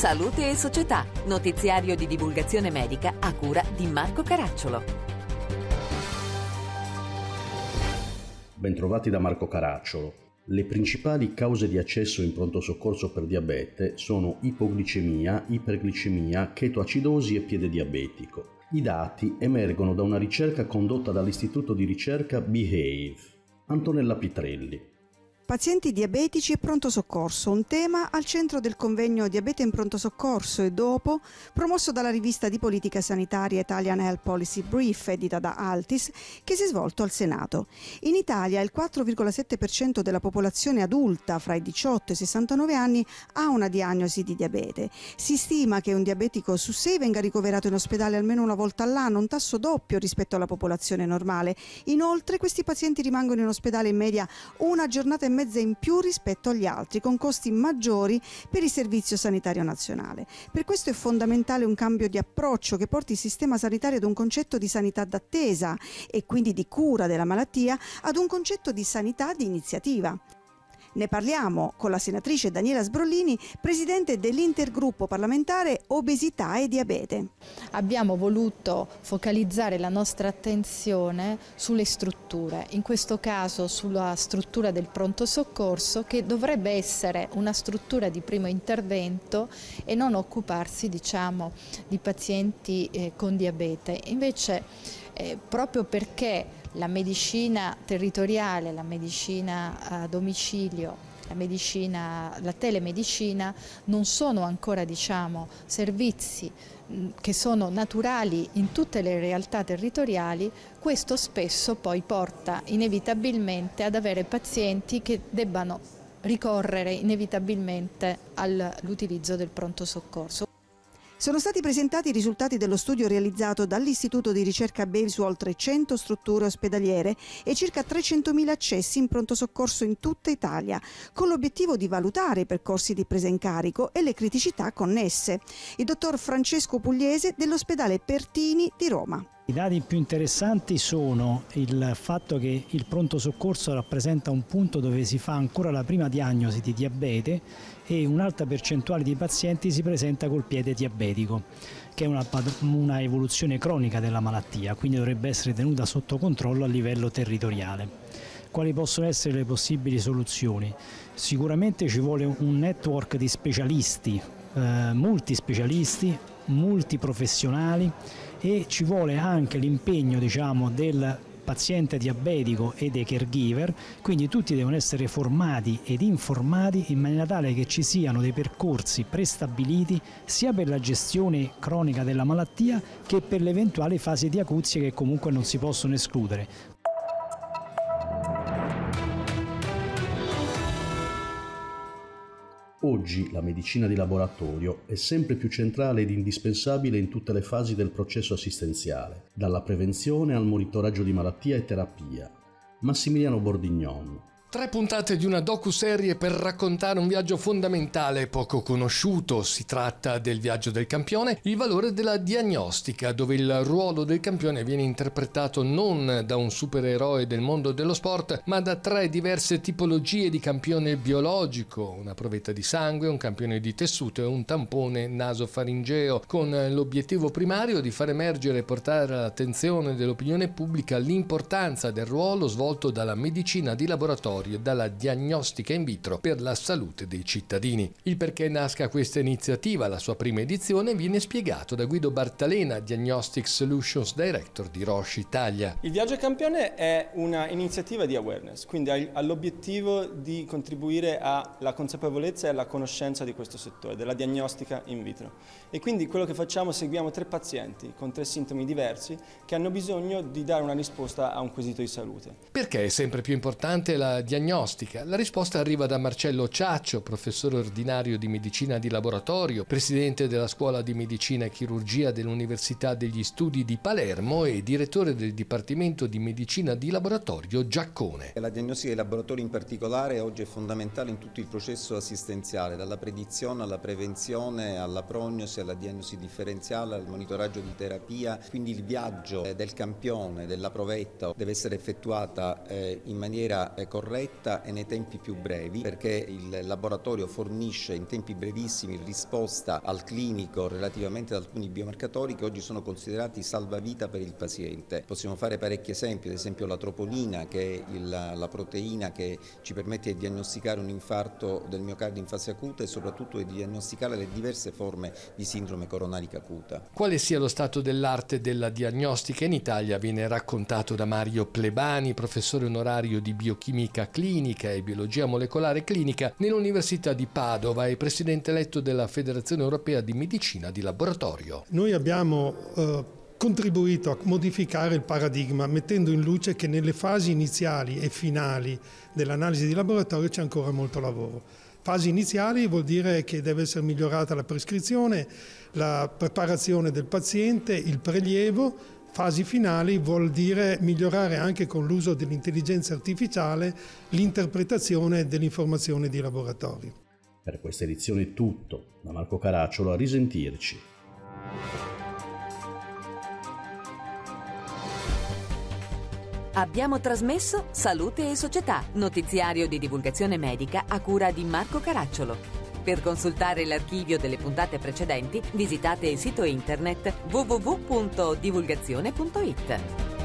Salute e Società, notiziario di divulgazione medica a cura di Marco Caracciolo. Bentrovati da Marco Caracciolo. Le principali cause di accesso in pronto soccorso per diabete sono ipoglicemia, iperglicemia, chetoacidosi e piede diabetico. I dati emergono da una ricerca condotta dall'istituto di ricerca Behave. Antonella Pitrelli. Pazienti diabetici e pronto soccorso, un tema al centro del convegno Diabete in pronto soccorso e dopo, promosso dalla rivista di politica sanitaria Italian Health Policy Brief, edita da Altis, che si è svolto al Senato. In Italia il 4,7% della popolazione adulta fra i 18 e i 69 anni ha una diagnosi di diabete. Si stima che un diabetico su 6 venga ricoverato in ospedale almeno una volta all'anno, un tasso doppio rispetto alla popolazione normale. Inoltre questi pazienti rimangono in ospedale in media una giornata e mezza in più rispetto agli altri, con costi maggiori per il Servizio Sanitario Nazionale. Per questo è fondamentale un cambio di approccio che porti il sistema sanitario ad un concetto di sanità d'attesa e quindi di cura della malattia ad un concetto di sanità di iniziativa. Ne parliamo con la senatrice Daniela Sbrollini, presidente dell'intergruppo parlamentare Obesità e Diabete. Abbiamo voluto focalizzare la nostra attenzione sulle strutture, in questo caso sulla struttura del pronto soccorso, che dovrebbe essere una struttura di primo intervento e non occuparsi, di pazienti con diabete. Invece, proprio perché la medicina territoriale, la medicina a domicilio, la telemedicina non sono ancora servizi che sono naturali in tutte le realtà territoriali, questo spesso poi porta inevitabilmente ad avere pazienti che debbano ricorrere inevitabilmente all'utilizzo del pronto soccorso. Sono stati presentati i risultati dello studio realizzato dall'Istituto di ricerca Behave su oltre 100 strutture ospedaliere e circa 300.000 accessi in pronto soccorso in tutta Italia, con l'obiettivo di valutare i percorsi di presa in carico e le criticità connesse. Il dottor Francesco Pugliese dell'ospedale Pertini di Roma. I dati più interessanti sono il fatto che il pronto soccorso rappresenta un punto dove si fa ancora la prima diagnosi di diabete e un'alta percentuale di pazienti si presenta col piede diabetico, che è una evoluzione cronica della malattia, quindi dovrebbe essere tenuta sotto controllo a livello territoriale. Quali possono essere le possibili soluzioni? Sicuramente ci vuole un network di specialisti, multispecialisti, multiprofessionali, e ci vuole anche l'impegno del paziente diabetico e dei caregiver, quindi tutti devono essere formati ed informati in maniera tale che ci siano dei percorsi prestabiliti sia per la gestione cronica della malattia che per le eventuali fasi di acuzia che comunque non si possono escludere. Oggi la medicina di laboratorio è sempre più centrale ed indispensabile in tutte le fasi del processo assistenziale, dalla prevenzione al monitoraggio di malattia e terapia. Massimiliano Bordignon. 3 puntate di una docuserie per raccontare un viaggio fondamentale e poco conosciuto. Si tratta del viaggio del campione, il valore della diagnostica, dove il ruolo del campione viene interpretato non da un supereroe del mondo dello sport, ma da 3 diverse tipologie di campione biologico: una provetta di sangue, un campione di tessuto e un tampone nasofaringeo, con l'obiettivo primario di far emergere e portare all'attenzione dell'opinione pubblica l'importanza del ruolo svolto dalla medicina di laboratorio e dalla diagnostica in vitro per la salute dei cittadini. Il perché nasca questa iniziativa, la sua prima edizione, viene spiegato da Guido Bartalena, Diagnostic Solutions Director di Roche Italia. Il viaggio campione è una iniziativa di awareness, quindi ha l'obiettivo di contribuire alla consapevolezza e alla conoscenza di questo settore, della diagnostica in vitro. E quindi quello che facciamo, seguiamo 3 pazienti con 3 sintomi diversi che hanno bisogno di dare una risposta a un quesito di salute. Perché è sempre più importante la diagnostica? La risposta arriva da Marcello Ciaccio, professore ordinario di medicina di laboratorio, presidente della Scuola di Medicina e Chirurgia dell'Università degli Studi di Palermo e direttore del Dipartimento di Medicina di Laboratorio Giaccone. La diagnostica dei laboratori in particolare oggi è fondamentale in tutto il processo assistenziale, dalla predizione alla prevenzione, alla prognosi, alla diagnosi differenziale, al monitoraggio di terapia. Quindi il viaggio del campione, della provetta, deve essere effettuata in maniera corretta corretta e nei tempi più brevi, perché il laboratorio fornisce in tempi brevissimi risposta al clinico relativamente ad alcuni biomarcatori che oggi sono considerati salvavita per il paziente. Possiamo fare parecchi esempi, ad esempio la troponina, che è la proteina che ci permette di diagnosticare un infarto del miocardio in fase acuta e soprattutto di diagnosticare le diverse forme di sindrome coronarica acuta. Quale sia lo stato dell'arte della diagnostica in Italia viene raccontato da Mario Plebani, professore onorario di biochimica clinica e biologia molecolare clinica nell'Università di Padova e presidente eletto della Federazione Europea di Medicina di Laboratorio. Noi abbiamo contribuito a modificare il paradigma mettendo in luce che nelle fasi iniziali e finali dell'analisi di laboratorio c'è ancora molto lavoro. Fasi iniziali vuol dire che deve essere migliorata la prescrizione, la preparazione del paziente, il prelievo. Fasi finali vuol dire migliorare anche con l'uso dell'intelligenza artificiale l'interpretazione dell'informazione di laboratorio. Per questa edizione è tutto. Da Marco Caracciolo, a risentirci. Abbiamo trasmesso Salute e Società, notiziario di divulgazione medica a cura di Marco Caracciolo. Per consultare l'archivio delle puntate precedenti, visitate il sito internet www.divulgazione.it.